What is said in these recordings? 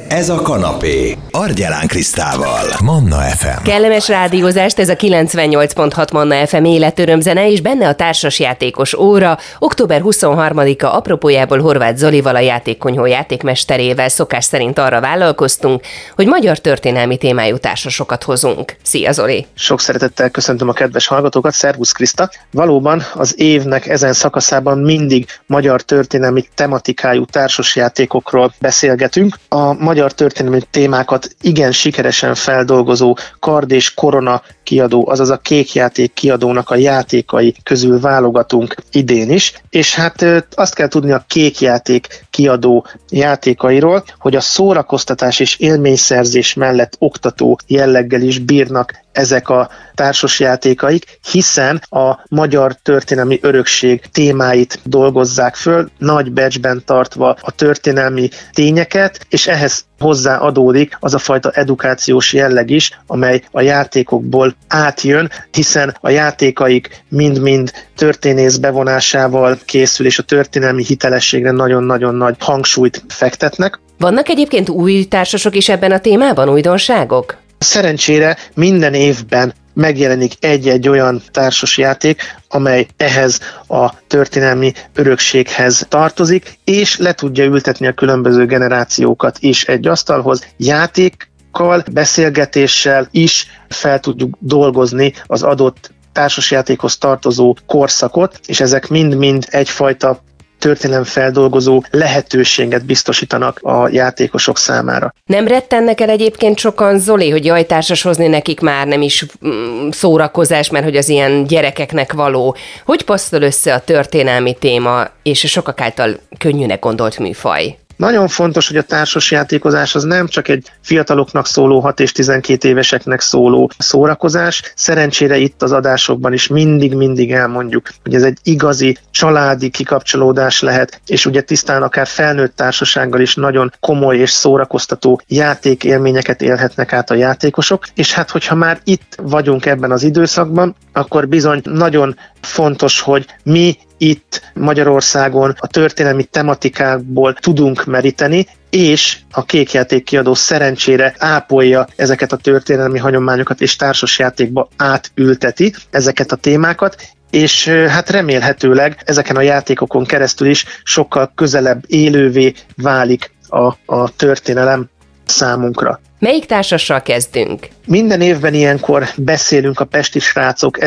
Ez a kanapé. Argyelán Krisztával. Manna FM. Kellemes rádiózást, ez a 98.6 Manna FM életörömzene, és benne a társasjátékos óra. Október 23-a apropójából Horváth Zolival, a Játékkonyhó játékmesterével szokás szerint arra vállalkoztunk, hogy magyar történelmi témájú társasokat hozunk. Szia Zoli! Sok szeretettel köszöntöm a kedves hallgatókat, szervusz Kriszta! Valóban az évnek ezen szakaszában mindig magyar történelmi tematikájú társasjátékokról beszélgetünk. A magyar történelmi témákat igen sikeresen feldolgozó Kard és Korona kiadó, azaz a Kék Játék kiadónak a játékai közül válogatunk idén is, és hát azt kell tudni a Kék Játék kiadó játékairól, hogy a szórakoztatás és élményszerzés mellett oktató jelleggel is bírnak ezek a társasjátékaik, hiszen a magyar történelmi örökség témáit dolgozzák föl, nagy becsben tartva a történelmi tényeket, és ehhez hozzáadódik az a fajta edukációs jelleg is, amely a játékokból átjön, hiszen a játékaik mind-mind történész bevonásával készül, és a történelmi hitelességre nagyon-nagyon nagy hangsúlyt fektetnek. Vannak egyébként új társasok is ebben a témában, újdonságok? Szerencsére minden évben megjelenik egy-egy olyan társasjáték, amely ehhez a történelmi örökséghez tartozik, és le tudja ültetni a különböző generációkat is egy asztalhoz. Játékkal, beszélgetéssel is fel tudjuk dolgozni az adott társasjátékhoz tartozó korszakot, és ezek mind-mind egyfajta történelemfeldolgozó lehetőséget biztosítanak a játékosok számára. Nem rettennek el egyébként sokan, Zoli, hogy jaj, társas hozni nekik már nem is szórakozás, mert hogy az ilyen gyerekeknek való. Hogy passzol össze a történelmi téma és a sokak által könnyűnek gondolt műfaj? Nagyon fontos, hogy a társasjátékozás az nem csak egy fiataloknak szóló, 6 és 12 éveseknek szóló szórakozás. Szerencsére itt az adásokban is mindig elmondjuk, hogy ez egy igazi családi kikapcsolódás lehet, és ugye tisztán akár felnőtt társasággal is nagyon komoly és szórakoztató játékélményeket élhetnek át a játékosok, és hát hogyha már itt vagyunk ebben az időszakban, akkor bizony nagyon fontos, hogy mi itt Magyarországon a történelmi tematikákból tudunk meríteni, és a Kék Játék kiadó szerencsére ápolja ezeket a történelmi hagyományokat, és társasjátékba átülteti ezeket a témákat, és hát remélhetőleg ezeken a játékokon keresztül is sokkal közelebb élővé válik a történelem számunkra. Melyik társassal kezdünk? Minden évben ilyenkor beszélünk a Pesti Srácok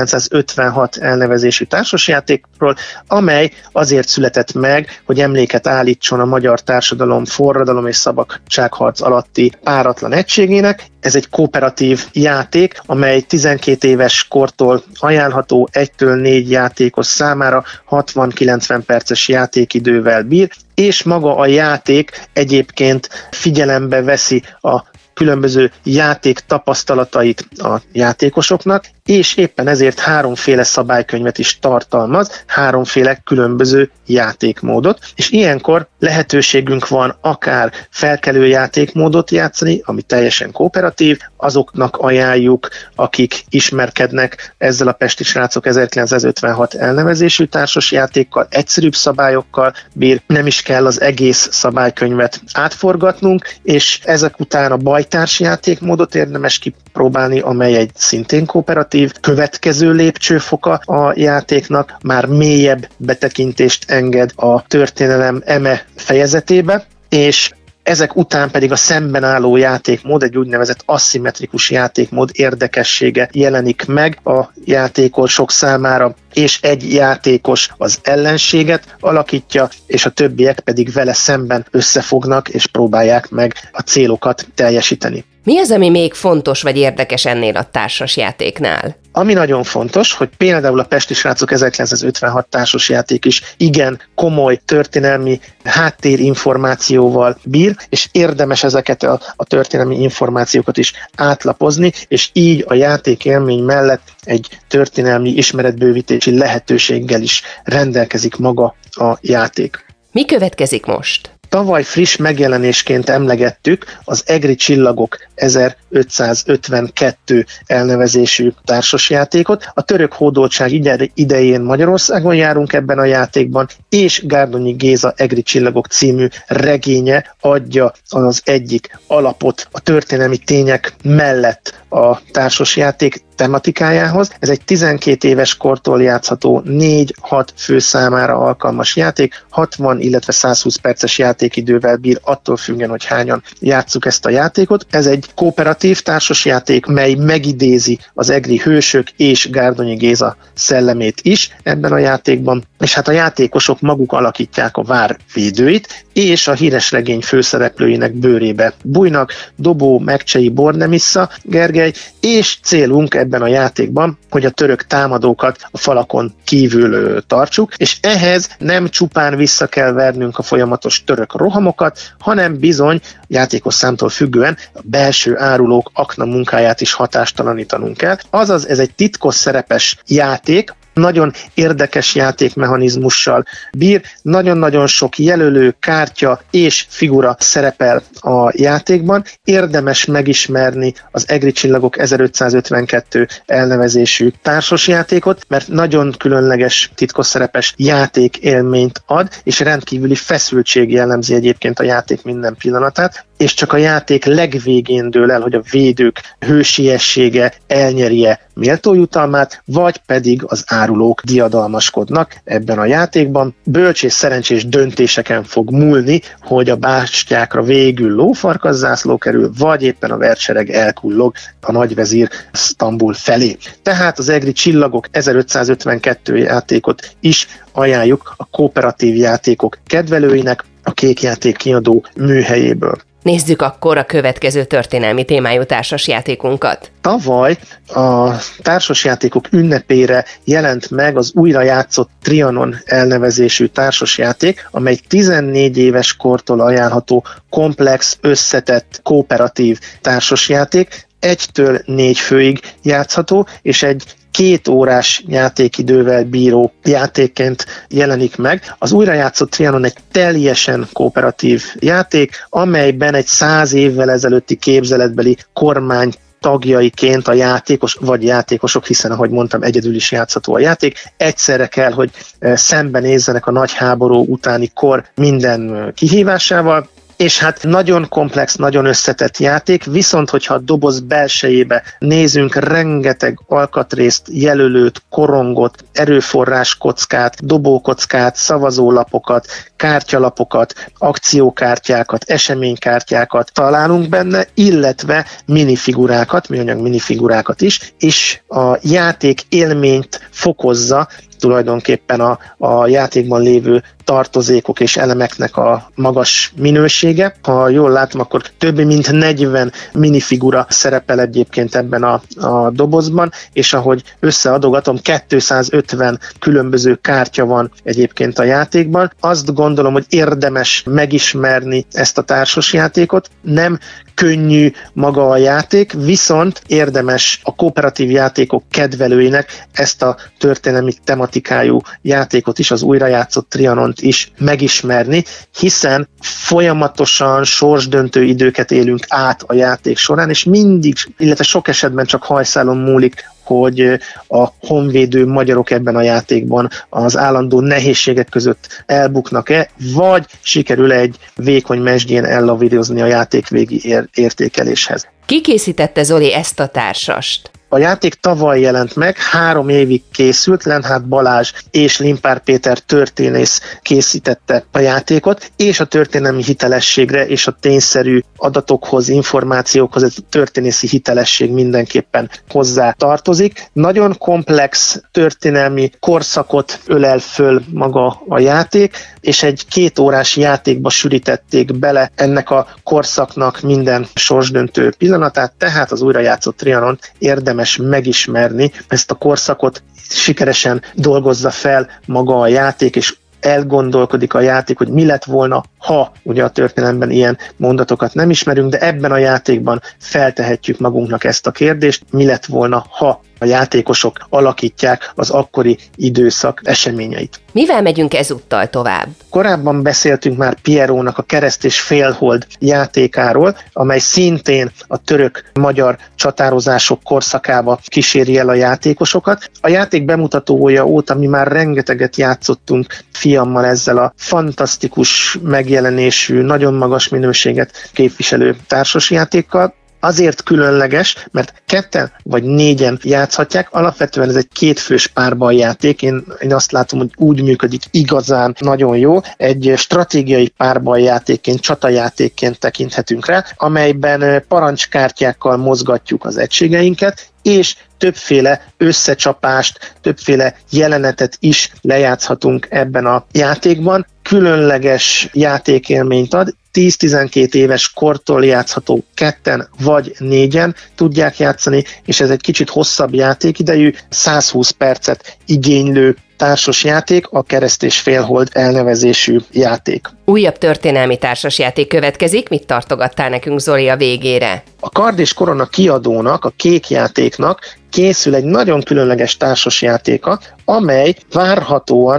1956 elnevezésű társasjátékról, amely azért született meg, hogy emléket állítson a magyar társadalom forradalom és szabadságharc alatti páratlan egységének. Ez egy kooperatív játék, amely 12 éves kortól ajánlható, 1-től 4 játékos számára 60-90 perces játékidővel bír, és maga a játék egyébként figyelembe veszi a különböző játék tapasztalatait a játékosoknak, és éppen ezért 3 szabálykönyvet is tartalmaz, 3 különböző játékmódot, és ilyenkor lehetőségünk van akár felkelő játékmódot játszani, ami teljesen kooperatív, azoknak ajánljuk, akik ismerkednek ezzel a Pesti Srácok 1956 elnevezésű társasjátékkal, egyszerűbb szabályokkal bír, nem is kell az egész szabálykönyvet átforgatnunk, és ezek után a bajtárs játékmódot érdemes kipróbálni, amely egy szintén kooperatív, következő lépcsőfoka a játéknak, már mélyebb betekintést enged a történelem eme fejezetébe, és ezek után pedig a szemben álló játékmód, egy úgynevezett aszimmetrikus játékmód érdekessége jelenik meg a játékosok számára, és egy játékos az ellenséget alakítja, és a többiek pedig vele szemben összefognak, és próbálják meg a célokat teljesíteni. Mi az, ami még fontos vagy érdekes ennél a társasjátéknál? Ami nagyon fontos, hogy például a Pesti Srácok 1956 társasjáték is igen komoly történelmi háttérinformációval bír, és érdemes ezeket a történelmi információkat is átlapozni, és így a játékélmény mellett egy történelmi ismeretbővítési lehetőséggel is rendelkezik maga a játék. Mi következik most? tavaly friss megjelenésként emlegettük az EGRI Csillagok 1552 elnevezésű társasjátékot. A török hódoltság idején Magyarországon járunk ebben a játékban, és Gárdonyi Géza EGRI Csillagok című regénye adja az egyik alapot a történelmi tények mellett a társasjáték tematikájához. Ez egy 12 éves kortól játszható 4-6 fő számára alkalmas játék, 60, illetve 120 perces játékidővel bír, attól függően, hogy hányan játsszuk ezt a játékot. Ez egy kooperatív társasjáték, mely megidézi az EGRI hősök és Gárdonyi Géza szellemét is ebben a játékban, és hát a játékosok maguk alakítják a vár védőit, és a híres regény főszereplőinek bőrébe bújnak. Dobó, Megcsei, Bornemissza, Gergely, és célunk ebben a játékban, hogy a török támadókat a falakon kívül tartsuk, és ehhez nem csupán vissza kell vernünk a folyamatos török rohamokat, hanem bizony játékos számtól függően a belső árulók akna munkáját is hatástalanítanunk kell. Azaz ez egy titkos szerepes játék, nagyon érdekes játékmechanizmussal bír, nagyon-nagyon sok jelölő, kártya és figura szerepel a játékban. Érdemes megismerni az EGRI Csillagok 1552 elnevezésű társasjátékot, mert nagyon különleges titkosszerepes játékélményt ad, és rendkívüli feszültség jellemzi egyébként a játék minden pillanatát, és csak a játék legvégén dől el, hogy a védők hősiessége elnyerje méltó jutalmát, vagy pedig az árulók diadalmaskodnak ebben a játékban. Bölcs és szerencsés döntéseken fog múlni, hogy a bástyákra végül lófarkaszászló kerül, vagy éppen a versereg elkullog a nagyvezír Sztambul felé. Tehát az EGRI Csillagok 1552 játékot is ajánljuk a kooperatív játékok kedvelőinek, a Kék Játék kiadó műhelyéből. Nézzük akkor a következő történelmi témájú társasjátékunkat. Tavaly a társasjátékok ünnepére jelent meg az újra játszott Trianon elnevezésű társasjáték, amely 14 éves kortól ajánlható komplex, összetett, kooperatív társasjáték, 1-től 4 főig játszható, és egy 2 órás játékidővel bíró játékként jelenik meg. Az újrajátszott Trianon egy teljesen kooperatív játék, amelyben egy 100 évvel ezelőtti képzeletbeli kormány tagjaiként a játékos, vagy játékosok, hiszen ahogy mondtam, egyedül is játszható a játék, egyszerre kell, hogy szembenézzenek a nagy háború utáni kor minden kihívásával, és hát nagyon komplex, nagyon összetett játék, viszont hogyha a doboz belsejébe nézünk, rengeteg alkatrészt, jelölőt, korongot, erőforrás kockát, dobókockát, szavazólapokat, kártyalapokat, akciókártyákat, eseménykártyákat találunk benne, illetve minifigurákat, műanyag minifigurákat is, és a játék élményt fokozza tulajdonképpen a játékban lévő tartozékok és elemeknek a magas minősége. Ha jól látom, akkor több mint 40 minifigura szerepel egyébként ebben a dobozban, és ahogy összeadogatom, 250 különböző kártya van egyébként a játékban. Azt gondolom, hogy érdemes megismerni ezt a társasjátékot. Nem könnyű maga a játék, viszont érdemes a kooperatív játékok kedvelőinek ezt a történelmi tematikájú játékot is, az újrajátszott Trianont is megismerni, hiszen folyamatosan sorsdöntő időket élünk át a játék során, és mindig, illetve sok esetben csak hajszálon múlik, hogy a honvédő magyarok ebben a játékban az állandó nehézségek között elbuknak-e, vagy sikerül egy vékony mesdjén ellavírozni a játék végi értékeléshez. Ki készítette, Zoli, ezt a társast? A játék tavaly jelent meg, 3 évig készült, Lenhárd Balázs és Limpár Péter történész készítette a játékot, és a történelmi hitelességre és a tényszerű adatokhoz, információkhoz ez a történészi hitelesség mindenképpen hozzá tartozik. Nagyon komplex történelmi korszakot ölel föl maga a játék, és egy 2 órás játékba sűrítették bele ennek a korszaknak minden sorsdöntő pillanatát, tehát az újrajátszott Trianon érdemes megismerni ezt a korszakot, sikeresen dolgozza fel maga a játék, és elgondolkodik a játék, hogy mi lett volna, ha ugye a történelemben ilyen mondatokat nem ismerünk, de ebben a játékban feltehetjük magunknak ezt a kérdést, mi lett volna, ha a játékosok alakítják az akkori időszak eseményeit. Mivel megyünk ezúttal tovább? Korábban beszéltünk már Pierrónak a Kereszt és Félhold játékáról, amely szintén a török-magyar csatározások korszakába kíséri el a játékosokat. A játék bemutatója óta mi már rengeteget játszottunk fiammal ezzel a fantasztikus megjelenésű, nagyon magas minőséget képviselő társasjátékkal. Azért különleges, mert 2 vagy 4 játszhatják, alapvetően ez egy 2 fős párban játék, én azt látom, hogy úgy működik igazán nagyon jó, egy stratégiai párban játékként, csatajátékként tekinthetünk rá, amelyben parancskártyákkal mozgatjuk az egységeinket, és többféle összecsapást, többféle jelenetet is lejátszhatunk ebben a játékban. Különleges játékélményt ad, 10-12 éves kortól játszható, 2 vagy 4 tudják játszani, és ez egy kicsit hosszabb játékidejű, 120 percet igénylő társas játék, a Kereszt és Félhold elnevezésű játék. Újabb történelmi társasjáték következik, mit tartogattál nekünk, Zoli, a végére? A Kard és Korona kiadónak, a Kék játéknak készül egy nagyon különleges társasjátéka, amely várhatóan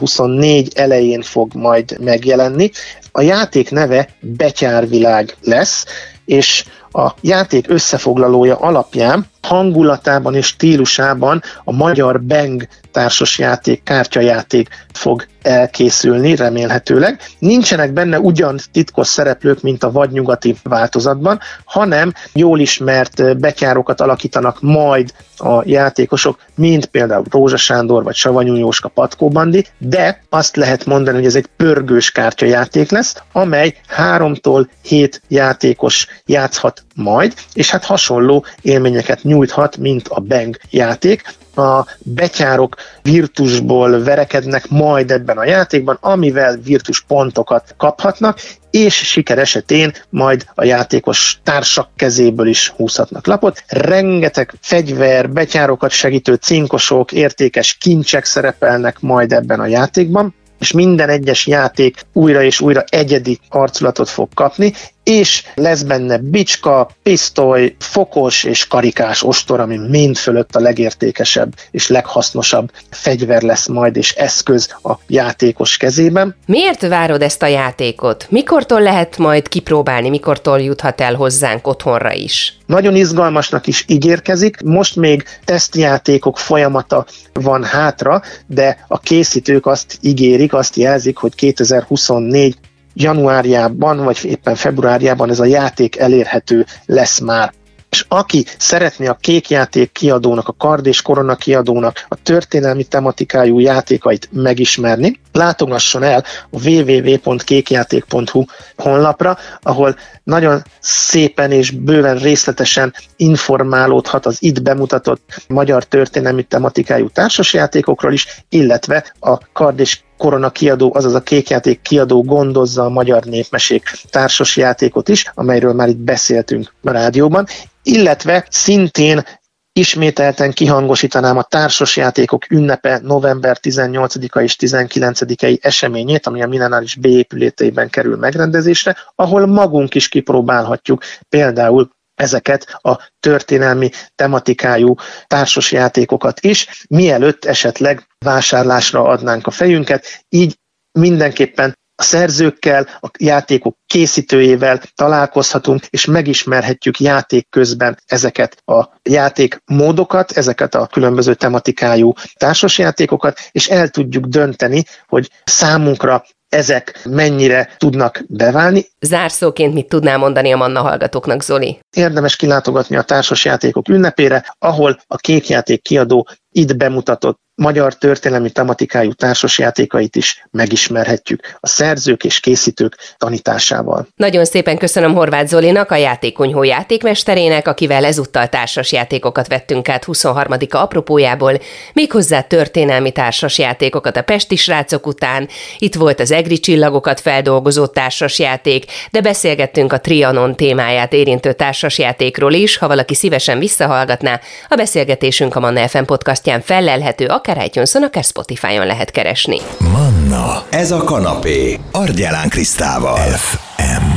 2024 elején fog majd megjelenni. A játék neve Betyárvilág lesz, és a játék összefoglalója alapján hangulatában és stílusában a magyar Beng társasjáték, kártyajáték fog elkészülni remélhetőleg. Nincsenek benne ugyan titkos szereplők, mint a vadnyugati változatban, hanem jól ismert betyárokat alakítanak majd a játékosok, mint például Rózsa Sándor vagy Savanyú Jóska Patkó Bandi, de azt lehet mondani, hogy ez egy pörgős kártyajáték lesz, amely 3-tól 7 játékos játszhat majd, és hát hasonló élményeket nyújthat, mint a Beng játék. A betyárok virtusból verekednek majd ebben a játékban, amivel virtus pontokat kaphatnak, és siker esetén majd a játékos társak kezéből is húzhatnak lapot. Rengeteg fegyver, betyárokat segítő cinkosok, értékes kincsek szerepelnek majd ebben a játékban, és minden egyes játék újra és újra egyedi arculatot fog kapni, és lesz benne bicska, pisztoly, fokos és karikás ostor, ami mind fölött a legértékesebb és leghasznosabb fegyver lesz majd, és eszköz a játékos kezében. Miért várod ezt a játékot? Mikortól lehet majd kipróbálni, mikortól juthat el hozzánk otthonra is? Nagyon izgalmasnak is ígérkezik, most még tesztjátékok folyamata van hátra, de a készítők azt ígérik, azt jelzik, hogy 2024 januárjában, vagy éppen februárjában ez a játék elérhető lesz már. És aki szeretné a Kék játék kiadónak, a Kard és Korona kiadónak a történelmi tematikájú játékait megismerni, látogasson el a www.kékjáték.hu honlapra, ahol nagyon szépen és bőven részletesen informálódhat az itt bemutatott magyar történelmi tematikájú társasjátékokról is, illetve a Kard és Korona kiadó, azaz a Kék játék kiadó gondozza a magyar népmesék társasjátékot is, amelyről már itt beszéltünk a rádióban, illetve szintén ismételten kihangosítanám a társasjátékok ünnepe november 18-a és 19-i eseményét, ami a Millenáris B épületében kerül megrendezésre, ahol magunk is kipróbálhatjuk például ezeket a történelmi tematikájú társasjátékokat is, mielőtt esetleg vásárlásra adnánk a fejünket, így mindenképpen a szerzőkkel, a játékok készítőjével találkozhatunk, és megismerhetjük játék közben ezeket a játékmódokat, ezeket a különböző tematikájú társasjátékokat, és el tudjuk dönteni, hogy számunkra ezek mennyire tudnak beválni. Zárszóként mit tudnál mondani a Manna hallgatóknak, Zoli? Érdemes kilátogatni a társasjátékok ünnepére, ahol a Kék játék kiadó itt bemutatott magyar történelmi tematikájú társasjátékait is megismerhetjük a szerzők és készítők tanításával. Nagyon szépen köszönöm Horváth Zolinak, a Játékkonyhó játékmesterének, akivel ezúttal társasjátékokat vettünk át 23. apropójából, méghozzá történelmi társasjátékokat a pesti srácok után. Itt volt az egri csillagokat feldolgozó társasjáték, de beszélgettünk a Trianon témáját érintő társasjátékról is. Ha valaki szívesen visszahallgatná, a beszélgetésünk a Manna FM podcastján fellelhető, akár iTunes-on, akár Spotify-on lehet keresni. Manna, ez a kanapé, Argyelán Krisztával. FM.